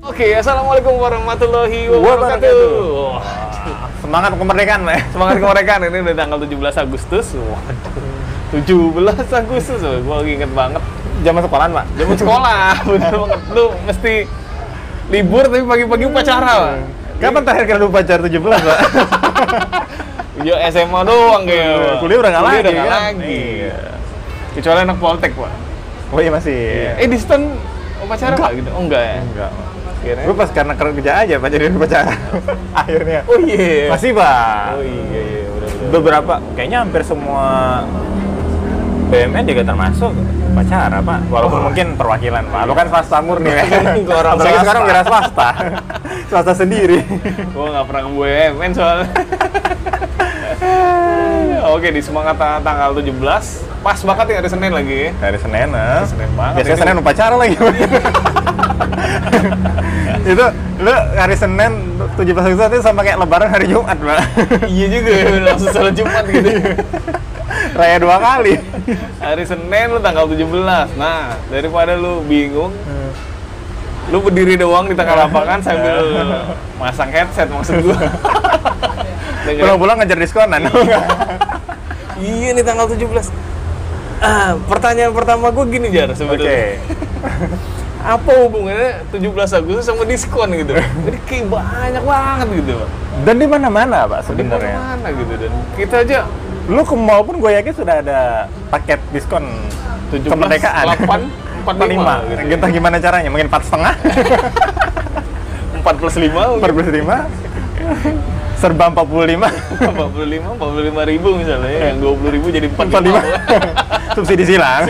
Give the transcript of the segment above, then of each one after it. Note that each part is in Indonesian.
Oke, assalamualaikum warahmatullahi wabarakatuh. Semangat kemerdekaan, Pak. Semangat kemerdekaan, ini udah tanggal 17 Agustus. Waduh, 17 Agustus, gua inget banget. Zaman sekolahan, Pak. Zaman sekolah, bener banget. Lu mesti libur tapi pagi-pagi upacara, Pak. Kapan terakhir kali lu pacar 17, Pak? Ya SMA doang kayaknya. Kuliah udah nggak lagi, Udah nggak kan? lagi. Iya. Kecuali anak Poltek, Pak. Oh iya masih. Di Ston upacara nggak gitu? Oh enggak ya? Enggak. Kirain- Gue pas karena kerja aja, Pak, jadi pacar. Akhirnya. Oh iya. Masih, Pak. Oh iya, udah. Beberapa, kayaknya hampir semua BUMN juga termasuk pacara, Pak. Walaupun mungkin perwakilan, Pak. Lu kan swasta murni, ya. Gua orang Apalagi swasta. sekarang wira swasta. Swasta sendiri. Gua nggak pernah ke BUMN soalnya. Oke, di semangat tanggal 17, pas banget ya hari Senin lagi. Dari Senin, Senin banget biasanya ini. Senin upacara lagi. Itu lu hari Senin 17 Agustus itu sama kayak Lebaran hari Jumat, Pak. Iya juga ya, langsung salat Jumat gitu. Raya 2 kali. Hari Senin lu tanggal 17. Nah, daripada lu bingung, lu berdiri doang di tengah lapangan sambil masang headset maksud gua. Pulang-pulang ngejar diskonan. Iya nih tanggal 17. Pertanyaan pertama gue gini, Jar, sebenarnya. Oke. Apa hubungannya 17 Agustus sama diskon gitu? Jadi kayak banyak banget gitu, Pak. Dan di mana-mana, Pak, Di sebenarnya. mana gitu, dan kita aja Lu ke mall pun gue yakin sudah ada paket diskon 17, kemerdekaan. 8, 45 gitu. Entah gimana caranya, mungkin 4,5, 4 plus 5 4,5, serba 45, 45 ribu misalnya ya, yang 20 ribu jadi 45. 45. Subsidi silang.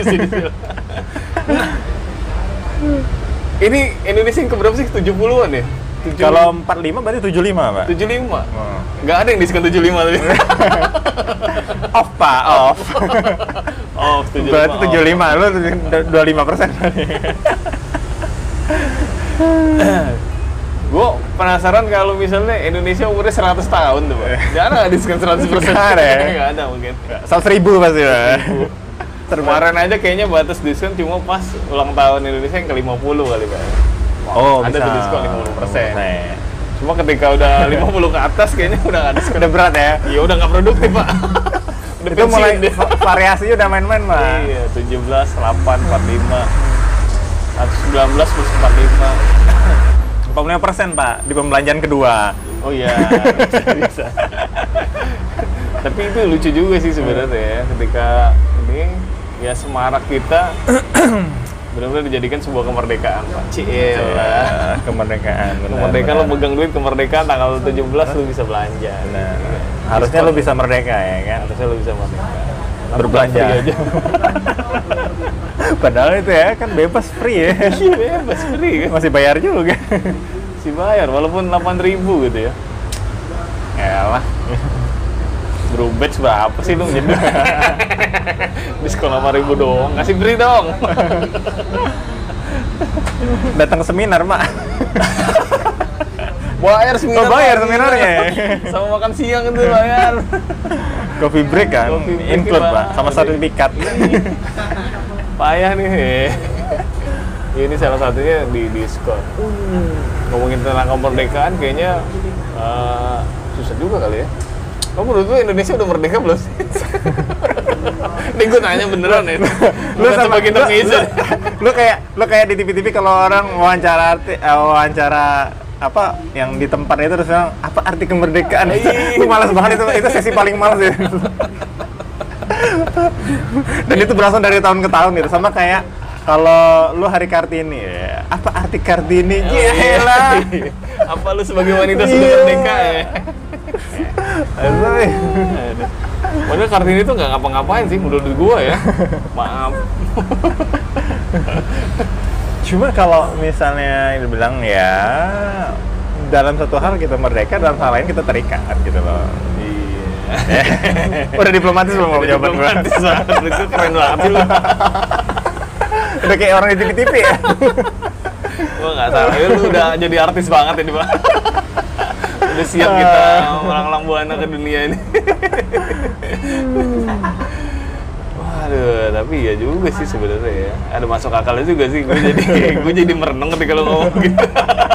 Ini Indonesia yang keberapa sih? 70-an ya? Kalau 45 berarti 75, Pak. 75? Nggak ada yang diskon 75 tadi. Off, Pak, off. Oh, 75. Berarti 75, lu 25%. Gue penasaran kalau misalnya Indonesia umurnya 100 tahun tuh, Pak. Jarang nggak diskon 100%. Nggak ada ya? Nggak ada mungkin. 100.000 pasti, Pak. Kemarin aja kayaknya batas diskon cuma pas ulang tahun Indonesia yang ke-50 kali, Pak. Oh, ada bisa. tuh diskon 50%. Cuma ketika udah 50 ke atas kayaknya udah nggak diskon. Udah berat ya? Iya, udah nggak produktif, Pak. Udah Itu mulai pensiun dia. variasinya udah main-main, Pak. Iya, 17, 8, 45, 119 plus 45. 45%, Pak, di pembelanjaan kedua. Oh iya, bisa. Tapi itu lucu juga sih sebenarnya ya, ketika ini ya semarak kita benar-benar dijadikan sebuah kemerdekaan, Pak. Cielah. Kemerdekaan. Kemerdekaan, lo megang duit kemerdekaan tanggal 17 lo bisa belanja. Nah, harusnya lu bisa merdeka ya kan? Harusnya lo bisa merdeka. Berbelanja. Free aja. Padahal itu ya kan bebas free ya. Iya, bebas free kan. Masih bayar juga. Si bayar walaupun 8.000 gitu ya. Elah. Brubets berapa sih lu jadi? Diskon 8.000 doang. Kasih free dong. Datang ke seminar, Pak. Bayar seminar. Oh, bayar lagi. seminarnya. Sama makan siang itu bayar. Coffee break kan, Coffee break, include, Pak. Pak, sama sertifikat. Payah nih. Ini salah satunya di diskon. Ngomongin tentang kemerdekaan kayaknya susah juga kali ya. Kamu menurut lu Indonesia udah merdeka belum sih? Ini gue nanya beneran ya. Lu sama sebagai netizen. lu kayak di TV-TV kalau orang wawancara apa yang di tempat itu terus bilang apa arti kemerdekaan. Lu malas banget itu sesi paling malas ya. Dan itu berlangsung dari tahun ke tahun gitu, sama kayak kalau lu hari Kartini ya, apa arti Kartini? Gila. Apa lu sebagai wanita sudah merdeka ya? Padahal Kartini itu nggak ngapa-ngapain sih menurut gua ya. Maaf. Cuma kalau misalnya dibilang ya dalam satu hal kita merdeka, dalam hal lain kita terikat gitu loh. Iya. Udah diplomatis belum mau jawaban gua? Diplomatis banget, itu keren banget sih lu. Udah kayak orang di TV-TV ya. Gua nggak salah, ya, lu udah jadi artis banget ini, Pak. Udah siap kita melanglang buana ke dunia ini. Aduh, tapi ya juga sih sebenarnya ya. Ada masuk akalnya juga sih. Gue jadi merenung ketika lo ngomong gitu.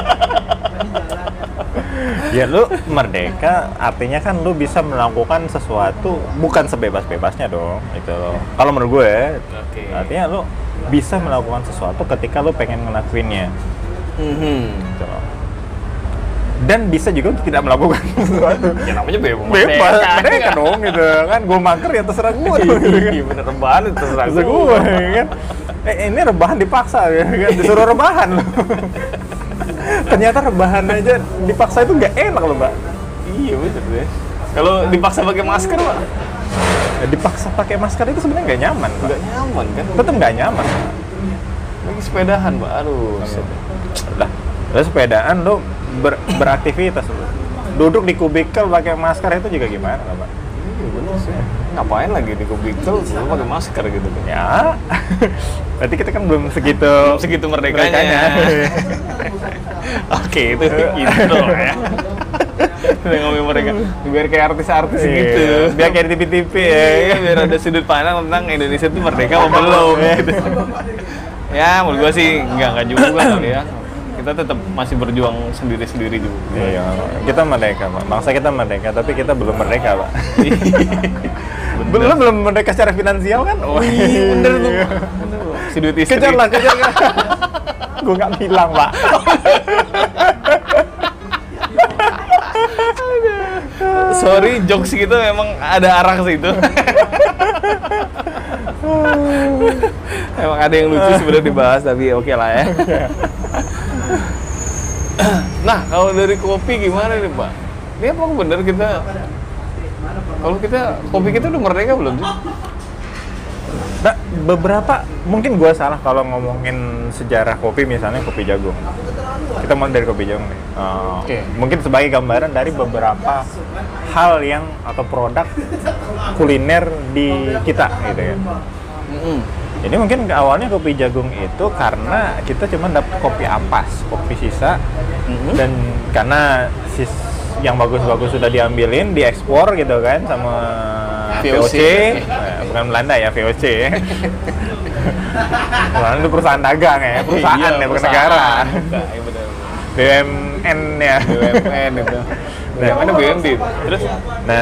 Ya lu merdeka artinya kan lu bisa melakukan sesuatu bukan sebebas-bebasnya dong itu loh. Kalau menurut gue Oke. artinya lu bisa melakukan sesuatu ketika lu pengen ngelakuinnya gitu loh. Dan bisa juga untuk tidak melakukan sesuatu. Ya namanya bebas Merdeka dong gitu kan. Gue mager ya terserah gue dong, gitu kan. Iya bener, rebahan itu terserah Terserah gue kan. Ini rebahan dipaksa ya kan. Disuruh rebahan loh. Ternyata rebahan aja dipaksa itu nggak enak loh, Mbak. Iya bener deh. Kalau dipaksa pakai masker, Pak, Ya, dipaksa pakai masker itu sebenarnya nggak nyaman, Pak. nggak nyaman kan? Tetap nggak nyaman. Lagi sepedahan, Pak. Aduh. Lah, terus sepedaan lu beraktivitas lu. Duduk di kubikel pakai masker itu juga gimana, Pak? Iya bener sih. Ngapain lagi di kubikel lu pakai masker gitu kan? Ya. Berarti kita kan belum segitu merdekanya. Oke, itu gitu ya. Udah ngomongin mereka, biar kayak artis-artis gitu. Biar kayak di TV-TV ya. Iya, biar ada sudut pandang tentang Indonesia itu merdeka apa belum gitu. Ya, menurut gua sih enggak juga kali ya. Kita tetap masih berjuang sendiri-sendiri juga. Iya, kita merdeka, Pak. Bangsa kita merdeka, tapi kita belum merdeka, Pak. Belum merdeka secara finansial kan? Oh iya, bener tuh. Si duit istri. Kejar. Gue nggak bilang, Pak. Sorry, jokes kita memang ada arah ke situ. Emang ada yang lucu sebenarnya dibahas, tapi oke lah ya. Nah, kalau dari kopi gimana nih, Pak? Ini apa bener kita? Kalau kopi kita udah merdeka belum sih? Nah, beberapa mungkin gua salah kalau ngomongin sejarah kopi, misalnya kopi jagung. Kita mulai dari kopi jagung nih. Oke. Mungkin sebagai gambaran dari beberapa hal yang atau produk kuliner di kita gitu ya. Jadi mungkin awalnya kopi jagung itu karena kita cuma dapat kopi ampas, kopi sisa, dan karena yang bagus-bagus sudah diambilin, diekspor gitu kan sama VOC. Bukan Belanda ya, VOC. Belanda itu perusahaan dagang ya, perusahaan ya, bukan negara. Iya benar. BUMN ya. BUMN itu. Nah, mana BUMD? Terus? Nah,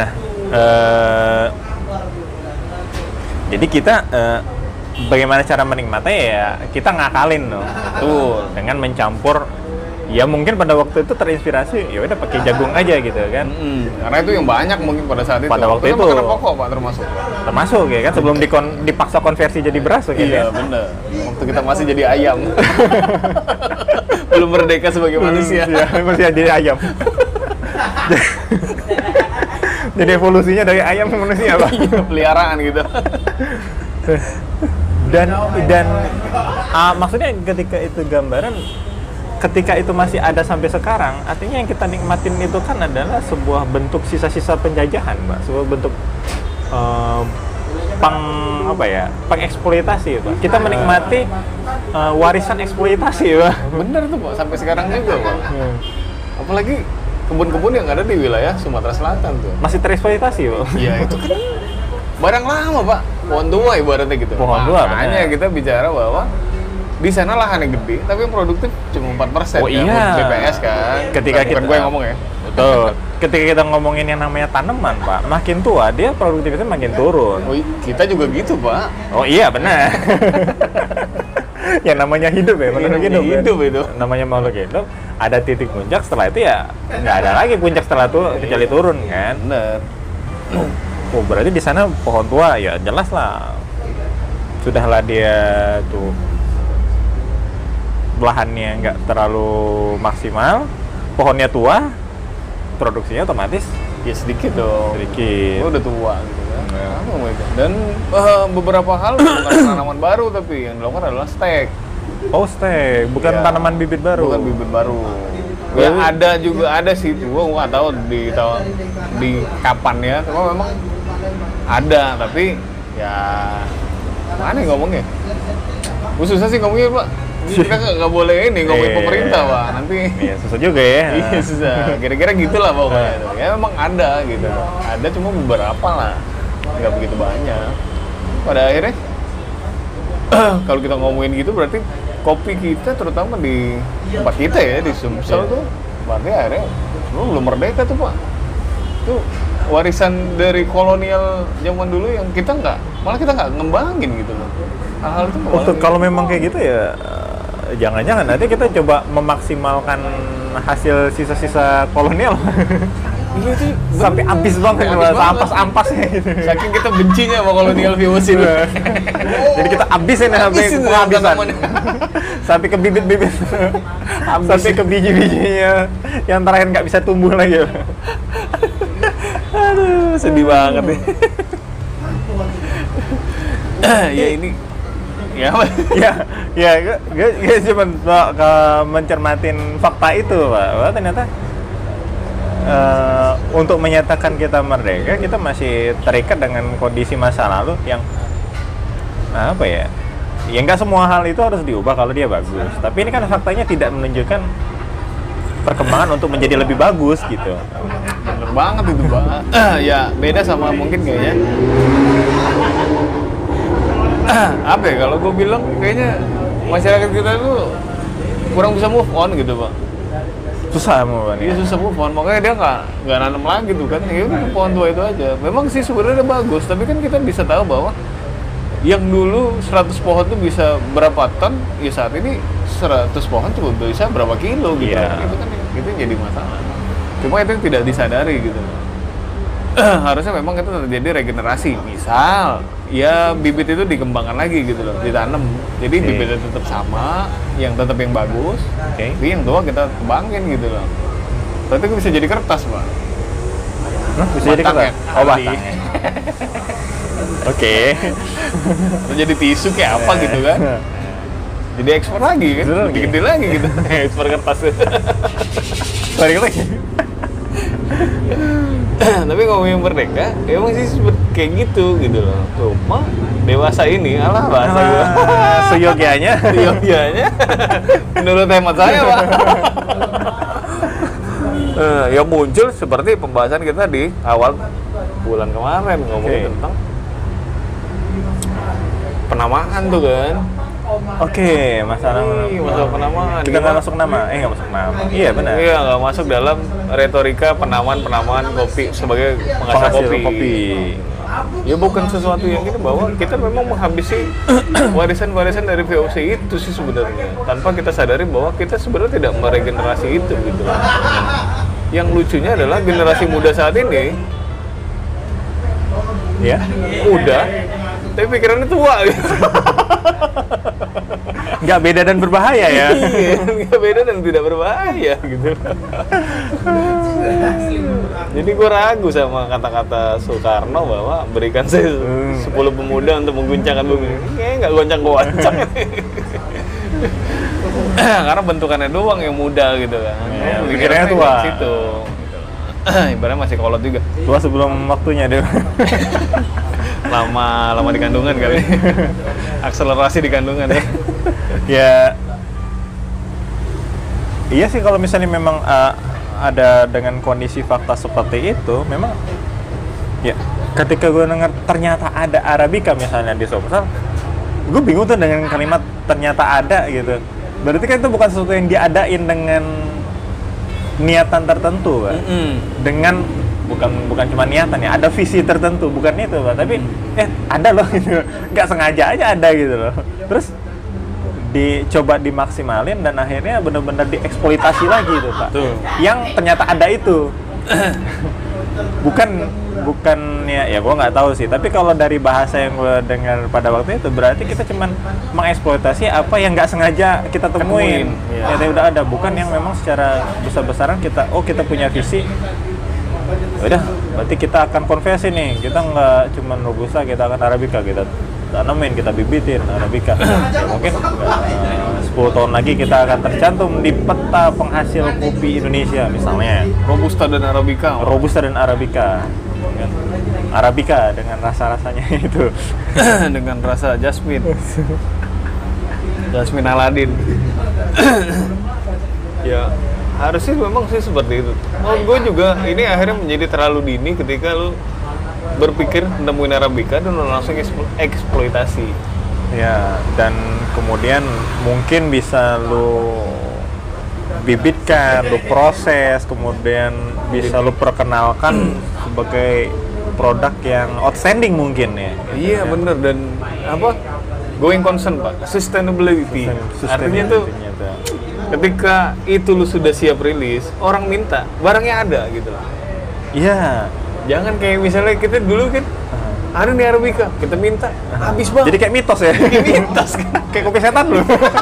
jadi kita bagaimana cara menikmatinya ya kita ngakalin loh. Tuh, dengan mencampur ya mungkin pada waktu itu terinspirasi ya udah pakai jagung aja gitu kan. Karena itu yang banyak mungkin pada saat itu. Pada waktu itu makanan pokok, Pak, termasuk ya kan sebelum dipaksa konversi jadi beras gitu iya, kan. bener. Waktu kita masih jadi ayam. Belum merdeka sebagai manusia. Iya, masih jadi ayam. Jadi evolusinya dari ayam ke manusia, Pak. Iya, peliharaan gitu. Dan maksudnya ketika itu gambaran ketika itu masih ada sampai sekarang, artinya yang kita nikmatin itu kan adalah sebuah bentuk sisa-sisa penjajahan, Mbak. Sebuah bentuk pengeksploitasi, Pak. Kita menikmati warisan eksploitasi, Pak. Bener tuh, Pak, sampai sekarang juga, Pak. Apalagi kebun-kebun yang ada di wilayah Sumatera Selatan tuh. Masih tereksploitasi, Pak. Iya, itu kan barang lama, Pak. Pohon tua ibaratnya gitu. Pohon tua, makanya kita bicara bahwa di sana lahannya gede, tapi yang produktif cuma 4%. Oh ya, iya. BPS kan. Ketika bukan gue yang ngomong ya. Betul. Ketika kita ngomongin yang namanya tanaman, Pak, makin tua dia produktivitasnya makin turun. Oh, kita juga gitu, Pak. Oh iya, benar. Yang namanya hidup ya, makhluk hidup. Hidup itu. Namanya makhluk hidup, ada titik puncak, setelah itu ya nggak ada lagi puncak setelah itu kecuali turun kan. Bener. Oh, berarti di sana pohon tua ya jelas lah. Sudahlah dia tuh lahannya nggak terlalu maksimal, pohonnya tua, produksinya otomatis Ya sedikit dong. sedikit. Udah tua gitu kan. Apa mereka? Dan beberapa hal bukan tanaman baru, tapi yang dilakukan adalah stek. Oh, stek, bukan Ya. tanaman bibit baru. Bukan bibit baru. Ya ada juga, ada sih, gua nggak tahu di kapan ya, cuma memang ada, tapi ya mana yang ngomongnya? Gua susah sih ngomongnya, Pak. Kita nggak boleh ini ngomongin Iya. pemerintah, Pak. Nanti Iya, susah juga ya. iya susah. Kira-kira gitulah pokoknya. Ya memang ada gitu. Ada cuma beberapa lah, nggak begitu banyak. pada akhirnya kalau kita ngomongin gitu berarti kopi kita terutama di tempat kita ya di Sumsel tuh berarti akhirnya belum merdeka tuh Pak. Itu warisan dari kolonial zaman dulu yang kita malah kita nggak ngembangin gitu loh. Hal-hal itu untuk kalau memang kayak gitu ya jangan-jangan nanti kita coba memaksimalkan hasil sisa-sisa kolonial. Iya itu sampai habis banget, ampas-ampasnya gitu. Saking kita bencinya sama kolonial VOC itu. Jadi kita habisin sampai penghabisan. Sampai ke bibit-bibit. Sampai ke biji-bijinya yang terakhir nggak bisa tumbuh lagi. Aduh, sedih banget nih. Ya ini gue cuma mencermatin fakta itu Pak. Bahwa ternyata untuk menyatakan kita merdeka, kita masih terikat dengan kondisi masa lalu yang apa ya? Ya nggak semua hal itu harus diubah kalau dia bagus. Tapi ini kan faktanya tidak menunjukkan perkembangan untuk menjadi lebih bagus gitu. Bener banget itu Pak. Ya beda sama mungkin kayaknya. Apa ya kalau gue bilang kayaknya masyarakat kita itu kurang bisa move on gitu Pak. Susah move on. Iya susah move on, makanya dia nggak nanam lagi tuh kan. Ya udah pohon tua itu aja. Memang sih sebenarnya bagus, tapi kan kita bisa tahu bahwa yang dulu 100 pohon tuh bisa berapa ton, ya saat ini 100 pohon cuma bisa berapa kilo gitu. Yeah. Itu kan itu jadi masalah. Cuma itu tidak disadari gitu. Harusnya memang itu terjadi regenerasi. Misal, ya bibit itu dikembangkan lagi gitu loh, ditanam. Jadi bibitnya tetap sama, yang tetap yang bagus. Tapi yang tua kita kembangin gitu loh. Berarti itu bisa jadi kertas, Pak. Bisa jadi kertas? Oh, batang. Oke. Atau jadi tisu kayak apa gitu kan. Jadi ekspor lagi kan, lebih gede lagi gitu. Ekspor kertas. Balik lagi. Tapi ngomongin merdeka, emang sih kayak gitu loh. Cuma dewasa ini, alah bahasa gue. Seyogianya. Menurut hemat saya, Pak. Ya muncul seperti pembahasan kita di awal bulan kemarin ngomongin tentang penamaan tuh kan. Oke, masalah penamaan. Kita nggak masuk nama, nggak masuk nama. Iya benar. Iya nggak masuk dalam retorika penamaan kopi sebagai penghasil kopi. Ya bukan sesuatu yang ini bahwa kita memang menghabisi warisan-warisan dari VOC itu sih sebenarnya, tanpa kita sadari bahwa kita sebenarnya tidak meregenerasi itu gitu. Yang lucunya adalah generasi muda saat ini, ya, udah, tapi pikirannya tua gitu. Nggak beda dan berbahaya ya. Iya, nggak beda dan tidak berbahaya gitu. Jadi gue ragu sama kata-kata Soekarno bahwa berikan saya 10 pemuda untuk mengguncangkan bumi. Kayaknya nggak goncang-goncang. Karena bentukannya doang yang muda gitu kan. Ya, pikirnya tua. Situ. Ibaratnya masih kolot juga. Tua sebelum waktunya deh. lama di kandungan kali. Akselerasi di kandungan ya. Ya. Iya sih kalau misalnya memang ada dengan kondisi fakta seperti itu, memang ya ketika gue dengar ternyata ada Arabica misalnya di Sumsel, gue bingung tuh dengan kalimat ternyata ada gitu. Berarti kan itu bukan sesuatu yang diadain dengan niatan tertentu, Pak. Dengan bukan cuma niatan ya, ada visi tertentu, bukan itu, Pak. Tapi ada loh gitu. Nggak sengaja aja ada gitu loh. Terus dicoba dimaksimalin dan akhirnya benar-benar dieksploitasi lagi itu, Pak. Tuh. Yang ternyata ada itu. bukan ya gue nggak tahu sih, tapi kalau dari bahasa yang gue dengar pada waktu itu berarti kita cuman mengeksploitasi apa yang nggak sengaja kita temuin. Ya udah ada, bukan yang memang secara besar-besaran kita punya visi. Udah, berarti kita akan konversi nih, kita nggak cuman Robusta, kita akan Arabica, kita tanamin, kita bibitin Arabica. Ya, mungkin 10 tahun lagi kita akan tercantum di peta penghasil kopi Indonesia misalnya. Robusta dan Arabica. Kan? Arabica dengan rasa-rasanya itu. Dengan rasa jasmine. Jasmine Aladin. Ya, harusnya memang sih seperti itu. Menurut gue juga ini akhirnya menjadi terlalu dini ketika lu berpikir nemuin Arabica dan lo langsung eksploitasi. Ya, dan kemudian mungkin bisa lu bibitkan, lu proses, kemudian bisa lu perkenalkan sebagai produk yang outstanding mungkin ya. Iya bener, dan apa going concern Pak, sustainability. Artinya tuh ketika itu lu sudah siap rilis, orang minta, barangnya ada gitu loh. Iya. Jangan kayak misalnya kita dulu kan ada nih Arabica, kita minta, habis banget. Jadi kayak mitos ya. Kayak mitos kan. Kayak kopi setan lu.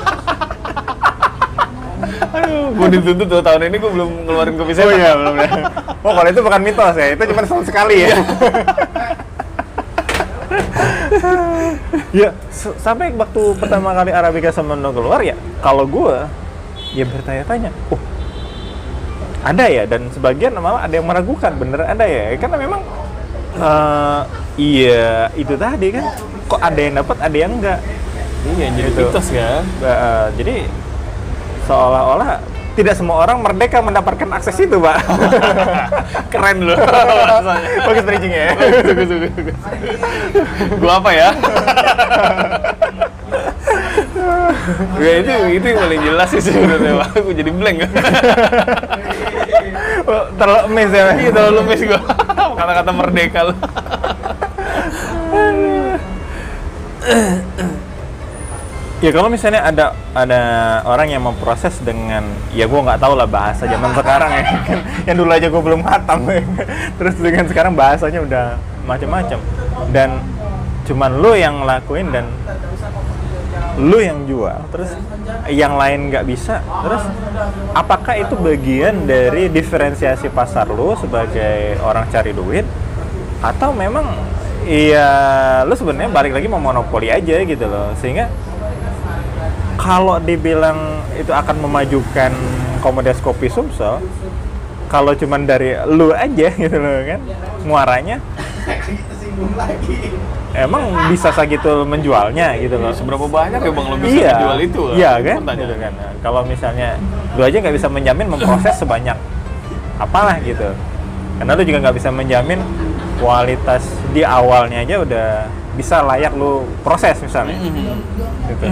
Aduh, gue dituntut tuh tahun ini gue belum ngeluarin kopi setan. Oh iya, belum ya. Oh, kalau itu bukan mitos ya, itu cuma setahun sekali ya. Ya, sampai waktu pertama kali Arabica Semendo keluar ya, kalau gue ya bertanya-tanya, oh ada ya, dan sebagian malah ada yang meragukan bener ada ya, karena memang iya itu tadi kan, kok ada yang dapat ada yang enggak. Iya, jadi gitu. mitos kan. Jadi seolah-olah tidak semua orang merdeka mendapatkan akses itu, Pak. Keren loh. Bagus bridging ya. Bagus. Gua apa ya? Ya itu yang paling jelas sih sebenarnya. Aku jadi blank. Terlalu emes ya. Iya, terlalu emes gua. Kata-kata merdeka loh. Ya kalau misalnya ada orang yang memproses dengan, ya gue nggak tahu lah bahasa zaman sekarang ya kan, yang dulu aja gue belum khatam ya. Terus dengan sekarang bahasanya udah macam-macam, dan cuman lu yang ngelakuin dan lu yang jual, terus yang lain nggak bisa. Terus apakah itu bagian dari diferensiasi pasar lu sebagai orang cari duit, atau memang iya lu sebenarnya balik lagi mau monopoli aja gitu loh, sehingga kalau dibilang itu akan memajukan komoditas kopi Sumsel, kalau cuman dari lu aja gitu loh kan, muaranya emang bisa segitu menjualnya gitu loh. Seberapa banyak ya Bang lo bisa menjual itu? Iya kan? Gitu kan. Nah, kalau misalnya lu aja nggak bisa menjamin memproses sebanyak apalah gitu, karena lu juga nggak bisa menjamin kualitas di awalnya aja udah bisa layak lu proses misalnya. Gitu.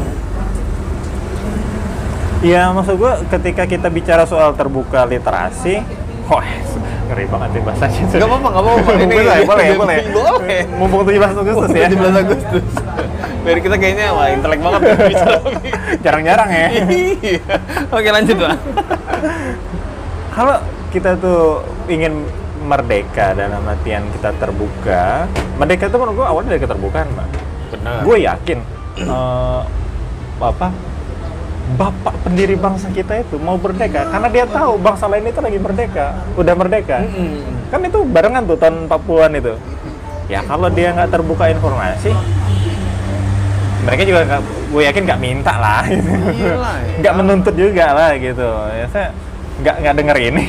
Ya maksud gue ketika kita bicara soal terbuka literasi, wah ngeri banget nih bahasanya. Gak apa-apa. Ini boleh. Mumpung 17 Agustus ya. 17 Agustus. Biar kita kayaknya wah intelek banget bisa. Jarang-jarang ya. Iya. Oke lanjut Pak. Kalau kita tuh ingin merdeka dalam artian kita terbuka, merdeka itu menurut gue awalnya dari keterbukaan, Mbak. Benar. Gue yakin bapak pendiri bangsa kita itu mau merdeka karena dia tahu bangsa lain itu lagi merdeka, udah merdeka. Kan itu barengan tuh tahun 40-an itu. Ya kalau dia nggak terbuka informasi, mereka juga gue yakin nggak minta lah, gitu. Nggak menuntut juga lah gitu. Ya saya nggak denger ini.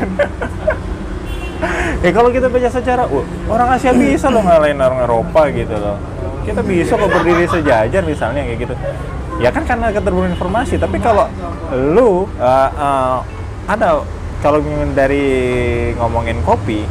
Ya kalau kita baca secara, orang Asia bisa loh ngalahin orang Eropa gitu loh. Kita bisa kok berdiri sejajar misalnya kayak gitu. Ya kan karena keterbukaan informasi. Tapi kalau lu ada, kalau dari ngomongin kopi,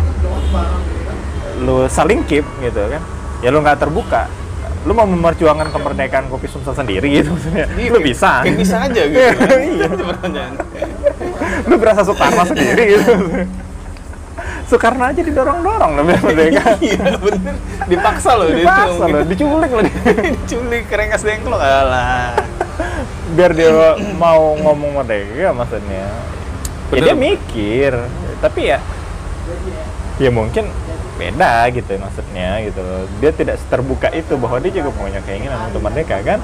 lu saling keep gitu kan, ya lu nggak terbuka, lu mau memperjuangkan kemerdekaan kopi Sumsel sendiri gitu maksudnya. Iya, lu bisa. Kayak bisa aja gitu. Iya. Lu berasa Soekarno sendiri gitu. Soekarno aja didorong-dorong lebih merdeka. Iya bener, dipaksa loh. Diculik loh. Diculik, kerengas dengklok. Alah. Biar dia mau ngomong merdeka maksudnya. Ya dia mikir, tapi ya mungkin beda gitu maksudnya gitu. Dia tidak terbuka itu bahwa dia juga punya keinginan untuk merdeka kan.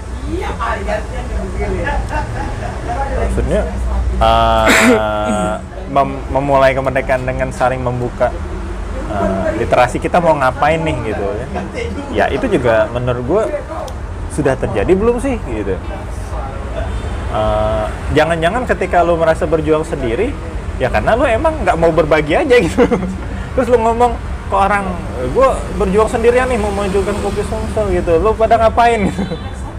Maksudnya memulai kemerdekaan dengan saling membuka literasi kita mau ngapain nih gitu ya, itu juga menurut gue sudah terjadi belum sih gitu. Jangan-jangan ketika lu merasa berjuang sendiri ya karena lu emang nggak mau berbagi aja gitu. Terus lu ngomong ke orang, gue berjuang sendirian nih mau memajukan kopi Sumsel gitu, lu pada ngapain gitu.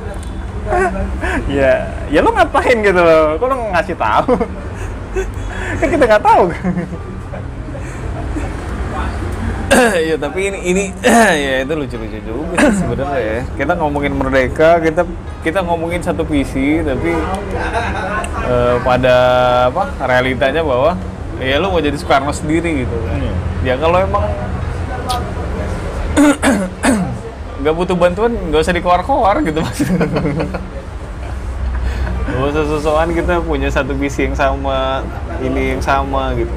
ya lu ngapain gitu loh, kok lu ngasih tahu? Kan kita nggak tahu. Iya, tapi ini ya itu lucu-lucu juga sih sebenarnya ya. Kita ngomongin merdeka, kita ngomongin satu visi, tapi pada apa realitanya bahwa ya lu mau jadi Soekarno sendiri gitu kan. Ya kalau emang nggak butuh bantuan, nggak usah dikeluar-keluar gitu maksudnya. Nggak usah sosokan, kita punya satu visi yang sama, ini yang sama gitu.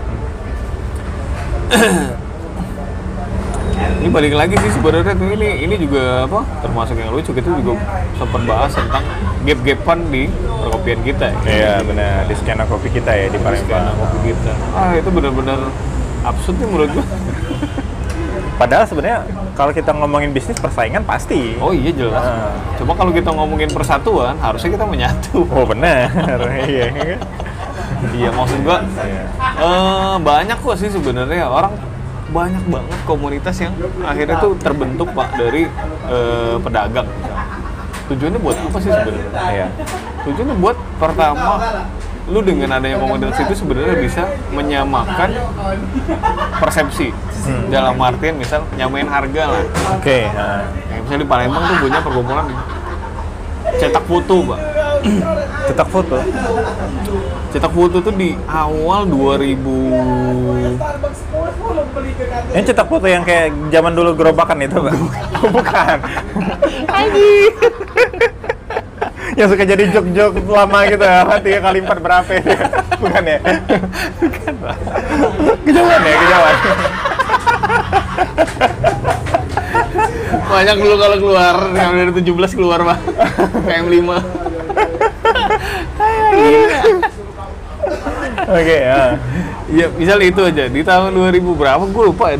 Ini balik lagi sih sebenarnya tuh ini juga apa termasuk yang lucu, kita juga sempat bahas tentang gap-gapan di perkopian kita. Iya benar, di skena kopi kita ya di Palembang. Kopi kita. Itu benar-benar absurd nih menurut gua. Padahal sebenarnya kalau kita ngomongin bisnis persaingan pasti. Oh iya jelas. Cuma kalau kita ngomongin persatuan harusnya kita menyatu. Oh benar. Iya. Iya maksud gua banyak kok sih sebenarnya orang, banyak banget komunitas yang akhirnya tuh terbentuk Pak dari pedagang misalnya. Tujuannya buat apa sih sebenarnya? Iya. Tujuannya buat pertama, lu dengan adanya komunitas itu sebenarnya bisa menyamakan persepsi. Dalam artian misal nyamain harga lah. Oke. Kayak misalnya di Palembang tuh punya perkumpulan cetak foto Pak. Cetak foto. Cetak foto tuh di awal 2000. Yang cetak foto yang kayak zaman dulu gerobakan itu, Pak? Oh, bukan. Anjing. Yang suka jadi jok-jok lama gitu ya, 3x4 berapa ya? Bukan ya? Bukan Pak. Kejauhan ya, kejauhan. Banyak dulu kalau keluar, yang dari 17 keluar Pak. PM5. Oke, ya. Ya, misal itu aja di tahun 2000 berapa gue lupa ya,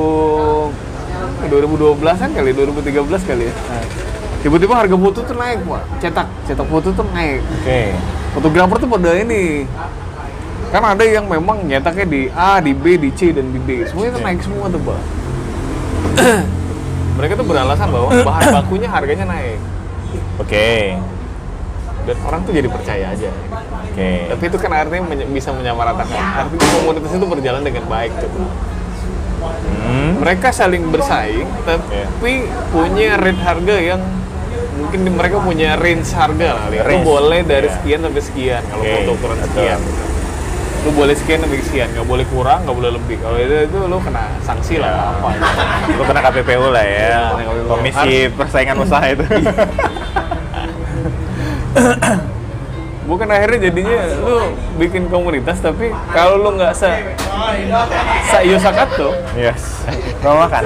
2012-an kali, 2013 kali ya. Tiba-tiba harga foto tuh naik, Pak. Cetak foto tuh naik. Oke. Fotografer tuh pada ini. Kan ada yang memang nyetaknya di A, di B, di C, dan di D. Semuanya kan naik semua tuh, Pak. Mereka tuh beralasan bahwa bahan bakunya harganya naik. Oke. Dan orang tuh jadi percaya aja. Oke. Tapi itu kan artinya bisa menyamaratakan. Artinya komunitas itu berjalan dengan baik tuh. Mereka saling bersaing, tapi punya rate harga yang mungkin mereka punya range harga lah. Lu boleh dari sekian sampai sekian kalau untuk ukuran sekian. Lu boleh sekian sampai sekian, nggak boleh kurang, nggak boleh lebih. Kalau itu lu kena sanksi lah apa. Lu kena KPPU lah ya. Komisi Persaingan Usaha itu. Bukan akhirnya jadinya lu bikin komunitas tapi kalau lu nggak yosakato, Yes. Mau makan.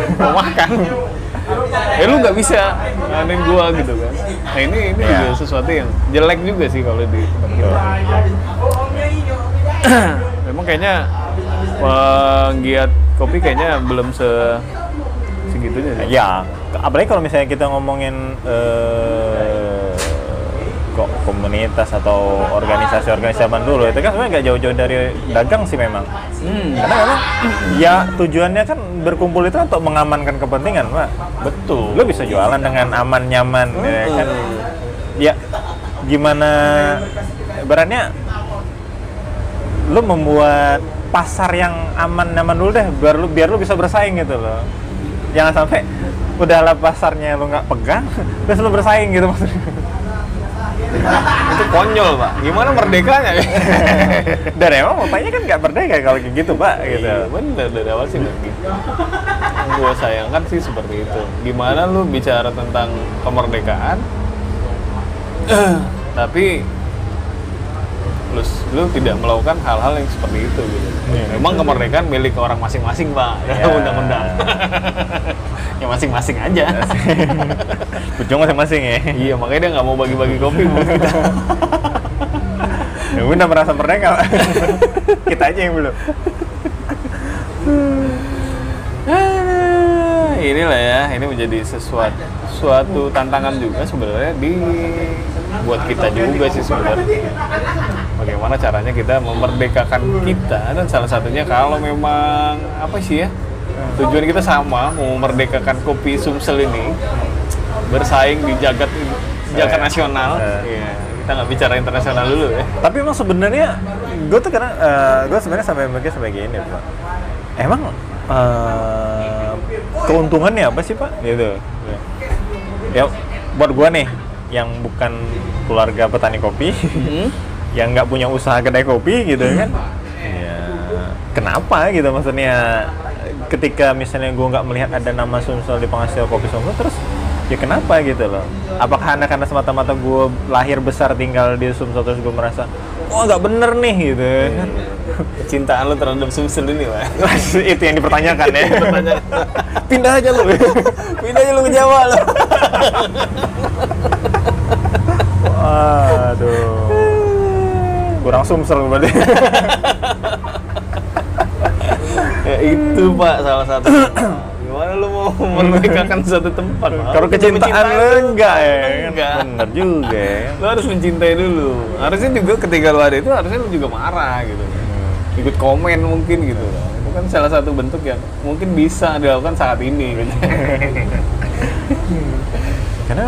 Lu nggak bisa nganin gua gitu kan. Nah ini juga sesuatu yang jelek juga sih kalau di tempat kita. Memang kayaknya penggiat kopi kayaknya belum segitunya sih. Ya, apalagi kalau misalnya kita ngomongin kok komunitas atau organisasi zaman dulu itu kan sebenarnya nggak jauh-jauh dari dagang sih memang. Karena memang ya tujuannya kan berkumpul itu untuk mengamankan kepentingan, Pak. Betul. Lu bisa jualan dengan aman nyaman, ya kan? Ya gimana? Ibaratnya lu membuat pasar yang aman nyaman dulu deh, biar lu bisa bersaing gitu loh. Jangan sampai udahlah pasarnya lu nggak pegang, terus lu bersaing gitu maksudnya. Itu konyol Pak, gimana merdekanya? Dan emang bapaknya kan nggak merdeka kalau kayak gitu Pak gitu. Iya, bener dari awal sih begitu. Yang gue sayangkan sih seperti itu. Gimana lu bicara tentang kemerdekaan tapi lu tidak melakukan hal-hal yang seperti itu gitu. Memang kemerdekaan milik orang masing-masing Pak, undang-undang. Ya masing-masing aja. Ujung masing-masing ya. Iya, makanya dia nggak mau bagi-bagi kopi buat kita. Ya udah merasa merdeka. Kita aja yang belum. Inilah ya, ini menjadi suatu tantangan juga sebenarnya buat kita juga sih sebenarnya. Bagaimana caranya kita memerdekakan kita, dan salah satunya kalau memang apa sih ya, tujuan kita sama, mau memerdekakan kopi Sumsel ini bersaing di jagat nasional. Ya, kita nggak bicara internasional dulu ya. Tapi emang sebenarnya gue tuh karena gue sebenarnya sampai mikir sebagai ini Pak. Emang keuntungannya apa sih Pak? Gitu. Ya buat gua nih yang bukan keluarga petani kopi, yang nggak punya usaha kedai kopi gitu kan, ya kenapa gitu maksudnya ketika misalnya gue nggak melihat ada nama Sumsel di penghasil kopi Sumsel, terus ya kenapa gitu loh? Apakah karena semata-mata gue lahir besar tinggal di Sumsel terus gue merasa oh nggak bener nih gitu kan? Kecintaan lo terhadap Sumsel ini, Pak. Itu yang dipertanyakan ya. Pindah aja lo, pindah aja lo ke Jawa lo. Waduh, kurang Sumsel berarti. Ya itu Pak salah satu. Gimana lu mau memerdekakan satu tempat? Kalau kecintaan lu enggak ya? Enggak. Bener juga ya. Lu harus mencintai dulu. Harusnya juga ketika lu ada itu harusnya lu juga marah gitu. Ikut komen mungkin gitu. Itu kan salah satu bentuk yang mungkin bisa dilakukan saat ini gitu. Karena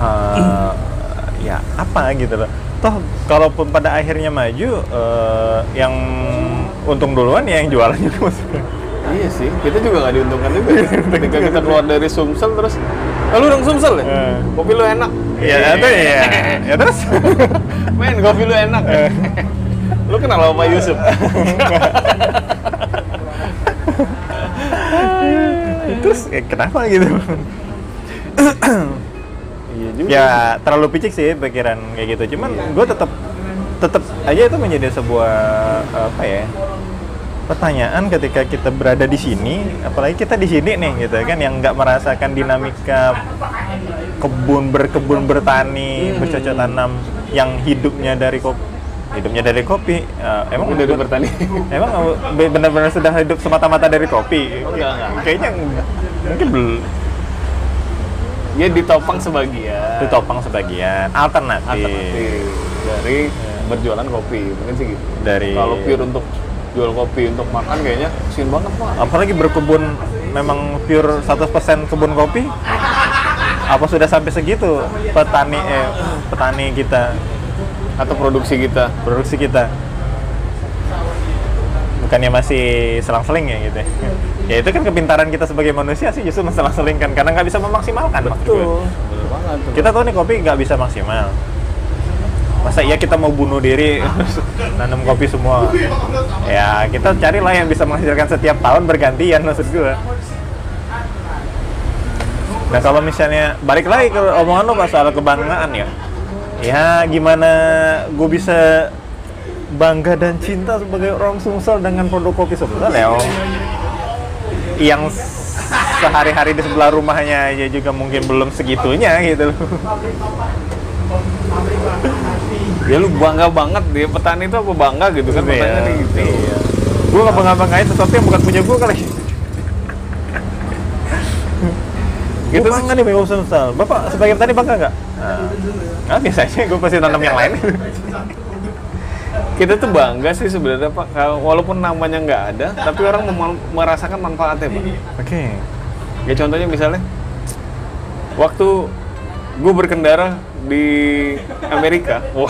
ya apa gitu loh. Toh kalaupun pada akhirnya maju yang untung duluan ya yang jualan juga maksudnya. Iya sih, kita juga nggak diuntungkan juga. Ketika kita keluar dari Sumsel terus, lu orang Sumsel ya? Kopi lu enak. Iya, itu ya. Ya terus? Men, kopi lu enak. Lu kenal sama Pak Yusuf? Terus kenapa gitu? Iya juga. Ya terlalu picik sih pikiran kayak gitu. Cuman gue tetap aja itu menjadi sebuah apa ya? Pertanyaan ketika kita berada di sini, apalagi kita di sini nih gitu kan, yang nggak merasakan dinamika berkebun bertani, bercocok tanam, yang hidupnya dari kopi, emang dari bertani. Emang benar-benar sudah hidup semata-mata dari kopi? Enggak. Kayaknya mungkin belum. Ya ditopang sebagian. Alternatif dari berjualan kopi, mungkin sih gitu. Dari kalau pure untuk jual kopi untuk makan kayaknya kasian banget Pak. Apalagi berkebun memang pure 100% kebun kopi. Apa sudah sampai segitu petani kita atau produksi kita? Bukannya masih selang-seling ya gitu. Ya itu kan kepintaran kita sebagai manusia sih justru selang-selingkan karena nggak bisa memaksimalkan. Betul banget. Kita tahu nih kopi nggak bisa maksimal. Masa iya kita mau bunuh diri nanam kopi semua? Ya kita carilah yang bisa menghasilkan setiap tahun bergantian maksud gue. Nah kalau misalnya balik lagi ke omongan lo soal kebanggaan ya, ya gimana gue bisa bangga dan cinta sebagai orang Sumsel dengan produk kopi Sumsel ya om, yang sehari-hari di sebelah rumahnya aja juga mungkin belum segitunya gitu loh. Ya lu bangga banget dia petani itu apa bangga gitu kan pertanyaannya gitu. Iya. Gue nggak banggain sesuatu yang bukan punya gue kali. Gitu bangga nih Bang Sumsel. Bapak sebagai petani bangga nggak? Nah, biasanya gue pasti tanam yang lain. Kita tuh bangga sih sebenarnya Pak, walaupun namanya nggak ada, tapi orang merasakan manfaatnya Pak. Oke. Ya contohnya misalnya, waktu gue berkendara di Amerika, wah,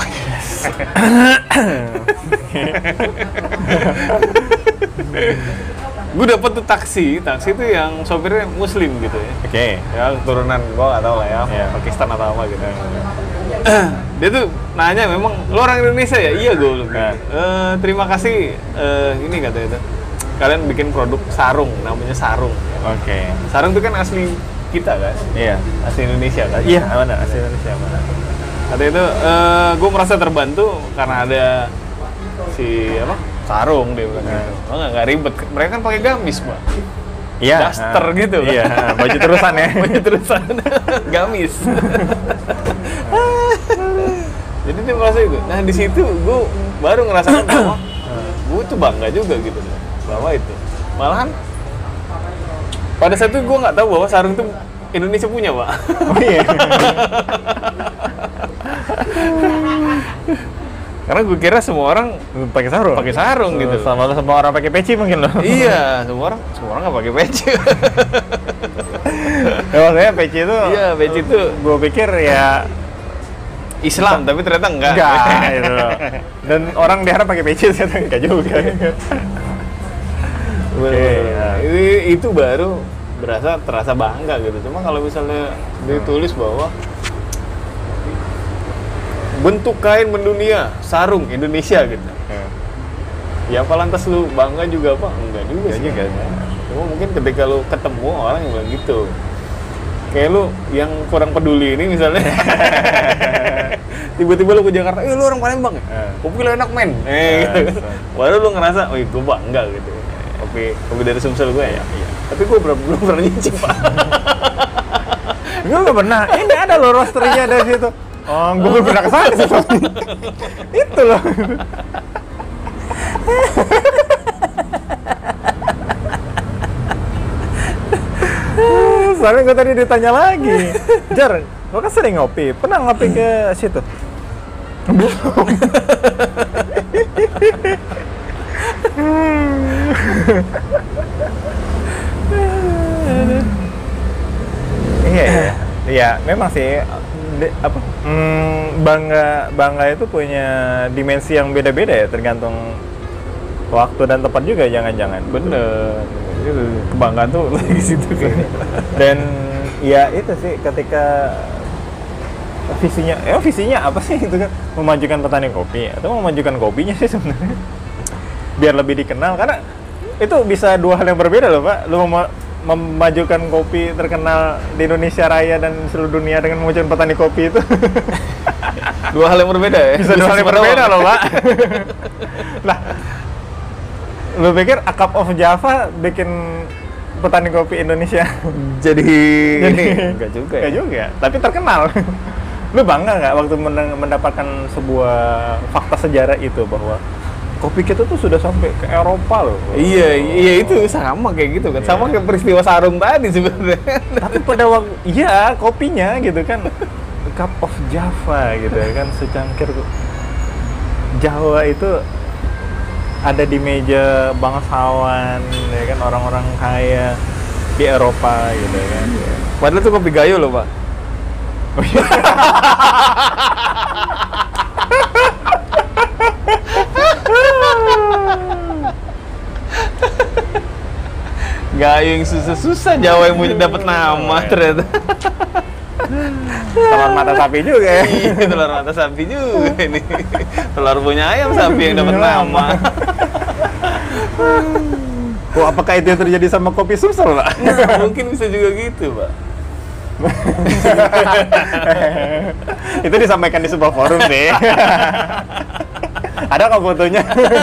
gue dapet tuh taksi itu yang sopirnya Muslim gitu ya. Oke. Ya turunan gue nggak tahu lah ya, Yeah. Pakistan atau apa gitu. Dia tuh nanya, memang lo orang Indonesia ya? Iya gue bilang. Terima kasih, ini katanya itu. Kalian bikin produk sarung, namanya sarung. Oke. Sarung itu kan asli kita kan? Iya. Asli Indonesia kan? Iya, mana asli Indonesia mana? Katanya itu, gue merasa terbantu karena ada si apa? Sarung dia bilang gitu. Oh, nggak ribet. Mereka kan pakai gamis, Pak. Iya. Daster gitu kan? Iya, baju terusan ya. Baju terusan, gamis. Jadi dia merasa itu. Nah di situ gue baru ngerasakan bahwa gue tuh bangga juga gitu bahwa itu. Malahan pada saat itu gue nggak tahu bahwa sarung itu Indonesia punya Pak. Oh iya. Karena gue kira semua orang Pakai sarung gitu. Sama orang pakai peci mungkin loh. Iya, semua orang nggak pakai peci. Ya maksudnya peci itu. Iya, peci itu Gue pikir ya Islam, tapi ternyata enggak. gitu loh. Dan orang diharap pakai peci ternyata enggak juga. Itu baru terasa bangga gitu. Cuma kalau misalnya ditulis bahwa bentuk kain mendunia, sarung Indonesia gitu. Ya apa lantas lu bangga juga apa? Enggak juga sih. Cuma mungkin ketika lu ketemu orang yang bilang gitu, kayak lu yang kurang peduli ini misalnya, tiba-tiba lu ke Jakarta, lu orang Palembang ya? Kopi lu enak men, gitu. Baru lu ngerasa, oh gue bangga gitu. Kopi dari Sumsel gue ya. Iya. Tapi gue belum pernah nyicip Pak. Gue nggak pernah. Ini ada loh roasternya dari situ. Oh, gue belum pernah kesana sih. Itu loh. Soalnya gue tadi ditanya lagi, Jar, lo kan sering ngopi, pernah ngopi ke situ? Belum. Iya, memang sih bangga itu punya dimensi yang beda-beda ya, tergantung waktu dan tempat juga, jangan-jangan. Bener. Kebanggaan tuh lagi situ kayaknya. Dan ya itu sih ketika visinya apa sih itu kan, memajukan petani kopi atau memajukan kopinya sih sebenarnya biar lebih dikenal, karena itu bisa dua hal yang berbeda loh Pak. Lu memajukan kopi terkenal di Indonesia Raya dan seluruh dunia dengan memajukan petani kopi itu dua hal yang berbeda ya? Bisa dua hal yang berbeda loh Pak. Lah, lu pikir A Cup of Java bikin petani kopi Indonesia jadi enggak juga ya? Enggak juga, tapi terkenal. Lu bangga nggak waktu mendapatkan sebuah fakta sejarah itu bahwa kopi kita tuh sudah sampai ke Eropa loh? Iya itu sama kayak gitu kan, sama kayak peristiwa sarung tadi sebenarnya. Tapi pada waktu, iya kopinya gitu kan, Cup of Java gitu kan, secangkir Jawa itu ada di meja bangsawan, ya kan, orang-orang kaya di Eropa gitu kan. Padahal itu kopi gayo loh Pak. Oh, iya. Gayo yang susah-susah, Jawa yang punya dapat nama ternyata. Telur mata sapi juga ya. Iya, telur mata sapi juga ini. Telur punya ayam sapi yang dapat nama. Oh, apakah itu yang terjadi sama kopi Sumsel, Pak? Nah, mungkin bisa juga gitu, Pak. Itu disampaikan di sebuah forum sih. Ada kok fotonya.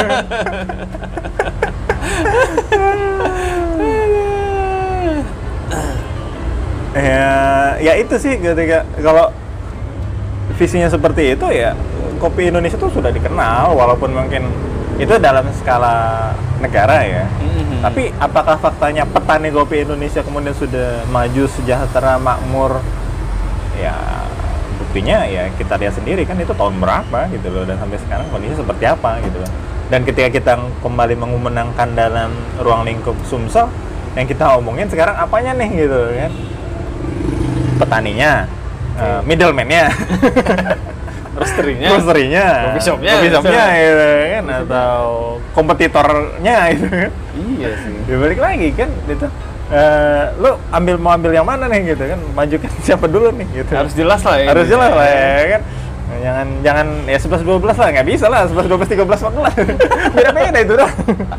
Ya itu sih ketika kalau visinya seperti itu ya, kopi Indonesia tuh sudah dikenal walaupun mungkin itu dalam skala negara ya. Tapi apakah faktanya petani kopi Indonesia kemudian sudah maju, sejahtera, makmur? Ya buktinya ya kita lihat sendiri kan, itu tahun berapa gitu loh, dan sampai sekarang kondisi seperti apa gitu loh. Dan ketika kita kembali mengumenangkan dalam ruang lingkup Sumsel, yang kita omongin sekarang apanya nih gitu kan? Petaninya, middleman-nya, roastery-nya, kopi shop-nya gitu kan, atau kompetitornya gitu kan. Iya sih. Ya balik lagi kan gitu. Lo mau ambil yang mana nih gitu kan, majukan siapa dulu nih gitu. Harus jelas lah ya. Harus jelas lah ya kan. Jangan ya 11 12 lah, nggak bisa lah 11 12 13 14. Beda-beda itu dah.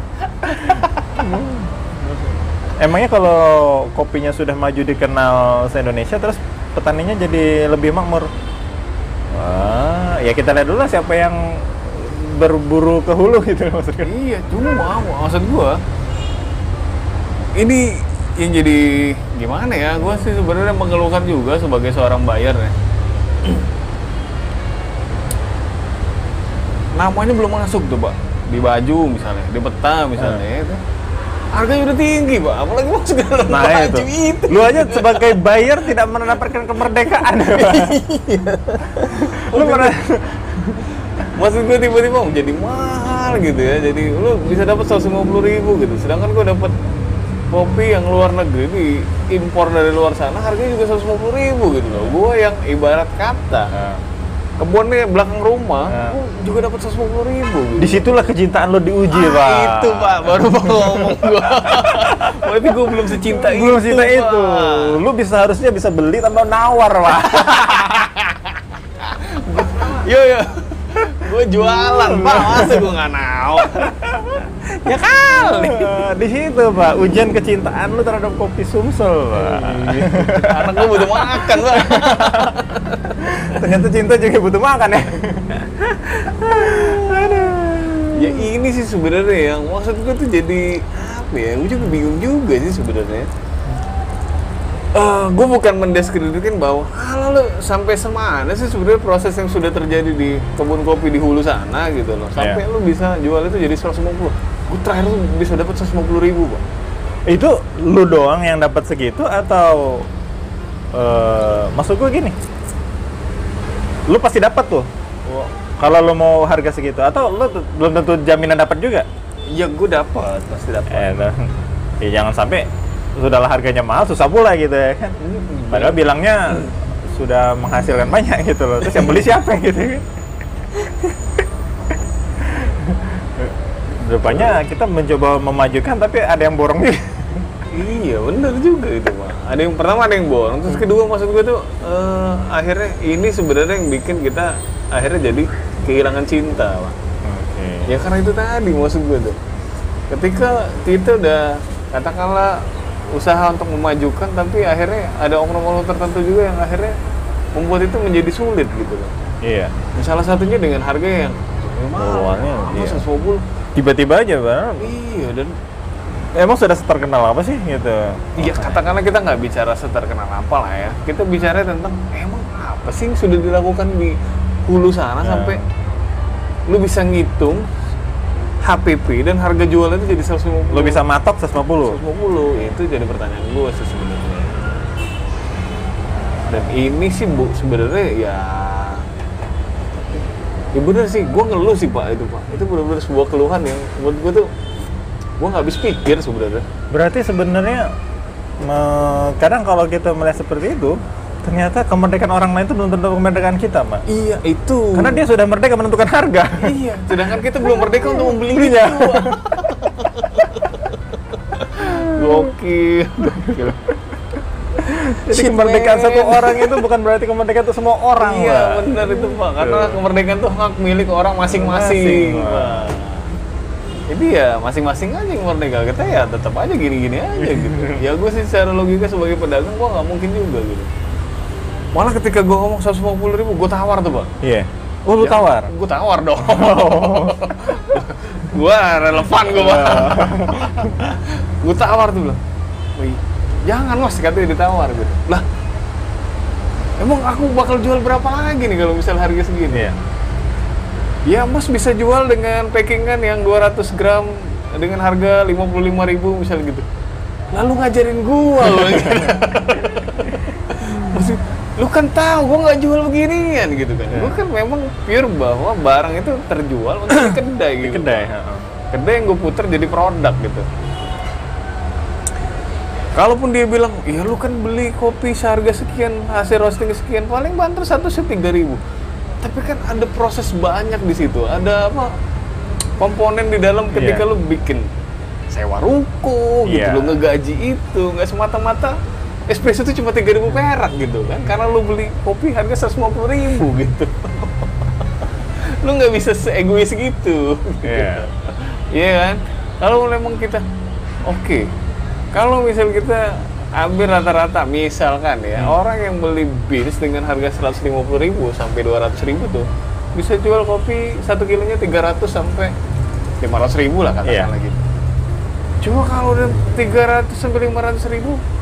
Emangnya kalau kopinya sudah maju dikenal se-Indonesia, terus petaninya jadi lebih makmur? Wah, ya kita lihat dulu lah siapa yang berburu ke hulu gitu maksudnya. Iya, cuma maksud gua ini yang jadi gimana ya? Gua sih sebenarnya mengeluhkan juga sebagai seorang buyer ya. Namanya belum masuk tuh, Pak. Di baju misalnya, di peta misalnya itu. Harganya udah tinggi, Pak. Apalagi masuk dalam baju itu. Lu aja sebagai buyer tidak mendapatkan kemerdekaan. Lu maksud gue tiba-tiba jadi mahal gitu ya. Jadi lu bisa dapat 150.000 gitu. Sedangkan gue dapat kopi yang luar negeri, impor dari luar sana, harganya juga 150.000 gitu loh. Gue yang ibarat kata kebunnya belakang rumah, Nah. gua juga dapat 150.000. Disitulah kecintaan lo diuji, Pak. Itu Pak, baru mau ngomong gua. Berarti gua belum secinta itu. Belum cinta itu. Pak. Lu harusnya bisa beli tanpa nawar, Pak. Yo. Gua jualan, Pak. Masa gua nggak mau? Ya kali. Di situ, Pak, ujian kecintaan lu terhadap kopi Sumsel, Pak. Anak gua butuh makan, Pak. Ternyata cinta juga butuh makan ya. Ya ini sih sebenarnya yang maksud gue tuh jadi apa ya? Gue juga bingung juga sih sebenarnya. Gue bukan mendiskreditkan bahwa lo sampai semana sih sebenarnya proses yang sudah terjadi di kebun kopi di hulu sana gitu loh. Sampai lo bisa jual itu jadi 150. Gue terakhir tuh bisa dapat 150.000, Pak. Itu lu doang yang dapat segitu atau maksud gue gini? Lu pasti dapat tuh. Kalau lu mau harga segitu atau lu belum tentu jaminan dapat juga? Ya gue dapat, pasti dapat. Ya jangan sampai sudahlah harganya mahal susah pula gitu ya kan. Padahal bilangnya sudah menghasilkan banyak gitu loh. Terus yang beli siapa gitu kan? Rupanya kita mencoba memajukan tapi ada yang borong juga. Iya benar juga itu Pak. Ada yang pertama ada yang borong, terus kedua maksud gue tuh akhirnya ini sebenarnya yang bikin kita akhirnya jadi kehilangan cinta Pak. Ya karena itu tadi maksud gue tuh. Ketika kita udah katakanlah usaha untuk memajukan tapi akhirnya ada oknum-oknum tertentu juga yang akhirnya membuat itu menjadi sulit gitu loh. Iya. Salah satunya dengan harga yang Luarnya, iya. 150. Tiba-tiba aja Bang. Iya dan Emang sudah terkenal apa sih gitu? iya katakanlah kita nggak bicara seterkenal apa lah ya. Kita bicara tentang emang apa sih yang sudah dilakukan di hulu sana sampai lu bisa ngitung HPP dan harga jualnya itu jadi 150. Lo bisa matok 150? 150, itu jadi pertanyaan gue sih sebenarnya. Dan ini sih Bu sebenarnya ya bener sih, gue ngeluh sih Pak itu Pak. Itu benar-benar sebuah keluhan yang buat gue tuh gue nggak habis pikir sebenarnya. Berarti sebenarnya kadang kalau kita melihat seperti itu, ternyata kemerdekaan orang lain itu belum tentu kemerdekaan kita, Pak. Iya itu. Karena dia sudah merdeka menentukan harga. Iya. Sedangkan kita belum merdeka untuk membelinya. Gokil. Jadi kemerdekaan satu orang itu bukan berarti kemerdekaan untuk semua orang, Pak. Iya benar itu Pak. Karena kemerdekaan itu hak milik orang masing-masing. Pak. Jadi ya masing-masing aja yang merdeka, kita ya tetap aja gini-gini aja gitu. Ya gue sih secara logika sebagai pedagang gue nggak mungkin juga gitu. Malah ketika gue ngomong 150.000, gue tawar tuh Pak. Iya. Oh lu tawar? Gue tawar dong. Gue relevan gue Pak. Gue tawar tuh bilang, jangan Mas, katanya ditawar gitu. Lah, emang aku bakal jual berapa lagi nih kalau misal harga segini? Iya. Ya Mas bisa jual dengan packingan yang 200 gram dengan harga 55.000 misal gitu. Lalu ngajarin gua loh. Maksud, lu kan tahu gua nggak jual beginian gitu kan. Gua kan memang pure bahwa barang itu terjual untuk di kedai gitu. Di kedai, Kedai yang gua puter jadi produk gitu. Kalaupun dia bilang, iya lu kan beli kopi seharga sekian, hasil roasting sekian, paling banter 3.000. Tapi kan ada proses banyak di situ. Ada apa? Komponen di dalam ketika lu bikin sewa ruko gitu, lu ngegaji itu, nggak semata-mata espresso itu cuma 3.000 perak gitu kan? Karena lu beli kopi harga 150.000 gitu. Lu nggak bisa se-egois gitu. Iya. Iya kan? Kalau memang kita oke. Kalau misal kita ambil rata-rata, misalkan ya, orang yang beli beans dengan harga 150.000 sampai 200.000 tuh bisa jual kopi 1 kilonya 300 sampai 500.000 lah katakanlah gitu. Cuma kalau udah 300 sampai 500.000,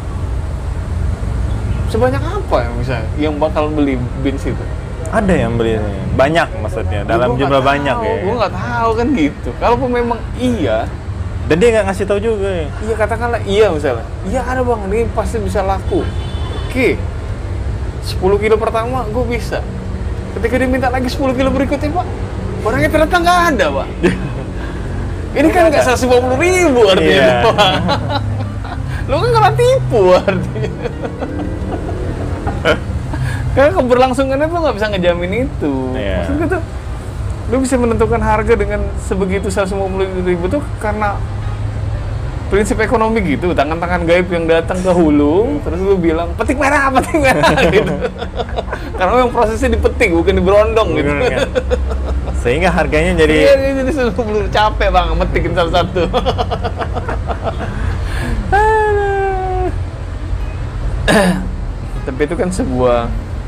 sebanyak apa yang bakal beli beans itu? Ada yang beli banyak maksudnya, dalam jumlah banyak ya. Gue nggak tahu kan gitu. Kalaupun memang iya, dan dia nggak ngasih tahu juga ya. Iya katakanlah iya misalnya. Iya ada bang, ini pasti bisa laku. Oke. 10 kilo pertama gue bisa. Ketika dia minta lagi 10 kilo berikutnya Pak, barangnya ternyata nggak ada Pak. Ini kan nggak 150.000 artinya Pak. Lo kan kena tipu artinya. Karena keberlangsungannya tuh nggak bisa ngejamin itu. Iya. Maksudnya tuh, lu bisa menentukan harga dengan sebegitu 150.000 tuh karena prinsip ekonomi gitu, tangan-tangan gaib yang datang ke hulu, terus lu bilang petik merah gitu. Karena memang prosesnya dipetik bukan diberondong gitu. Kan? Sehingga harganya jadi Iya, jadi belum capek bang metikin satu-satu. Tapi itu kan sebuah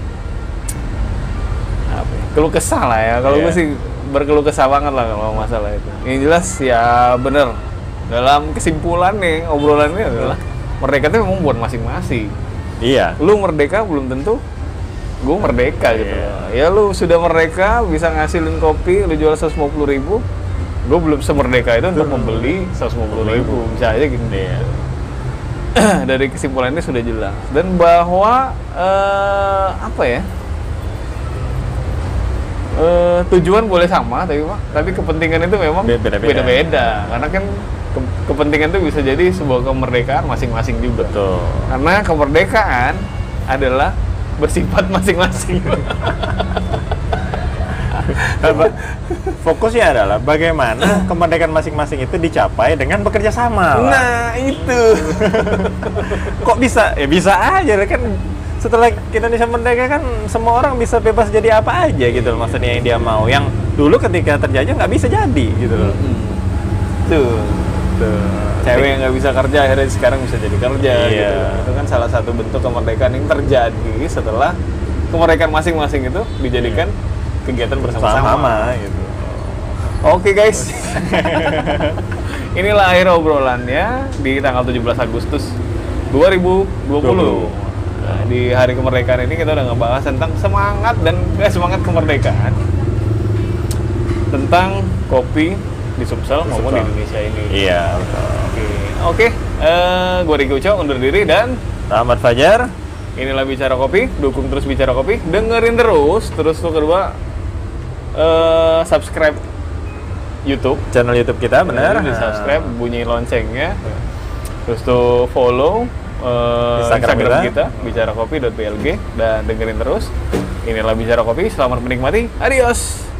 apa ya, keluh kesah lah ya. Kalau gue sih berkeluh kesah banget lah kalau masalah itu. Yang jelas ya bener. Dalam kesimpulan nih obrolannya adalah merdeka itu memang buat masing-masing. iya. Lu merdeka belum tentu gue merdeka gitu. Ya lu sudah merdeka bisa ngasilin kopi, lu jual 150.000. Gue belum semerdeka itu untuk membeli 150.000. Bisa aja gitu. Iya. Dari kesimpulannya sudah jelas. Dan bahwa apa ya? Tujuan boleh sama tapi kepentingan itu memang beda-beda. Karena kan kepentingan itu bisa jadi sebuah kemerdekaan masing-masing juga. Betul. Karena kemerdekaan adalah bersifat masing-masing. Fokusnya adalah bagaimana kemerdekaan masing-masing itu dicapai dengan bekerja sama. Nah, itu. Kok bisa? Ya bisa aja kan. Setelah Indonesia merdeka kan semua orang bisa bebas jadi apa aja gitu loh, maksudnya yang dia mau. Yang dulu ketika terjajah nggak bisa jadi gitu loh. Tuh. Cewek yang nggak bisa kerja akhirnya sekarang bisa jadi kerja gitu. Itu kan salah satu bentuk kemerdekaan yang terjadi setelah kemerdekaan masing-masing itu dijadikan kegiatan bersama-sama gitu. Oke guys. Inilah akhir obrolannya di tanggal 17 Agustus 2020. Nah, di hari kemerdekaan ini kita udah ngebahas tentang semangat kemerdekaan, tentang kopi di Sumsel maupun di Indonesia ini. Iya, betul. Oke. Gue Riki Uco undur diri dan Ahmad Fajar. Inilah Bicara Kopi. Dukung terus Bicara Kopi. Dengerin terus tuh kedua subscribe YouTube Channel YouTube kita, benar. Di subscribe, bunyi loncengnya. Terus tuh follow Instagram kita bicarakopi.blg dan dengerin terus. Inilah Bicara Kopi. Selamat menikmati. Adios.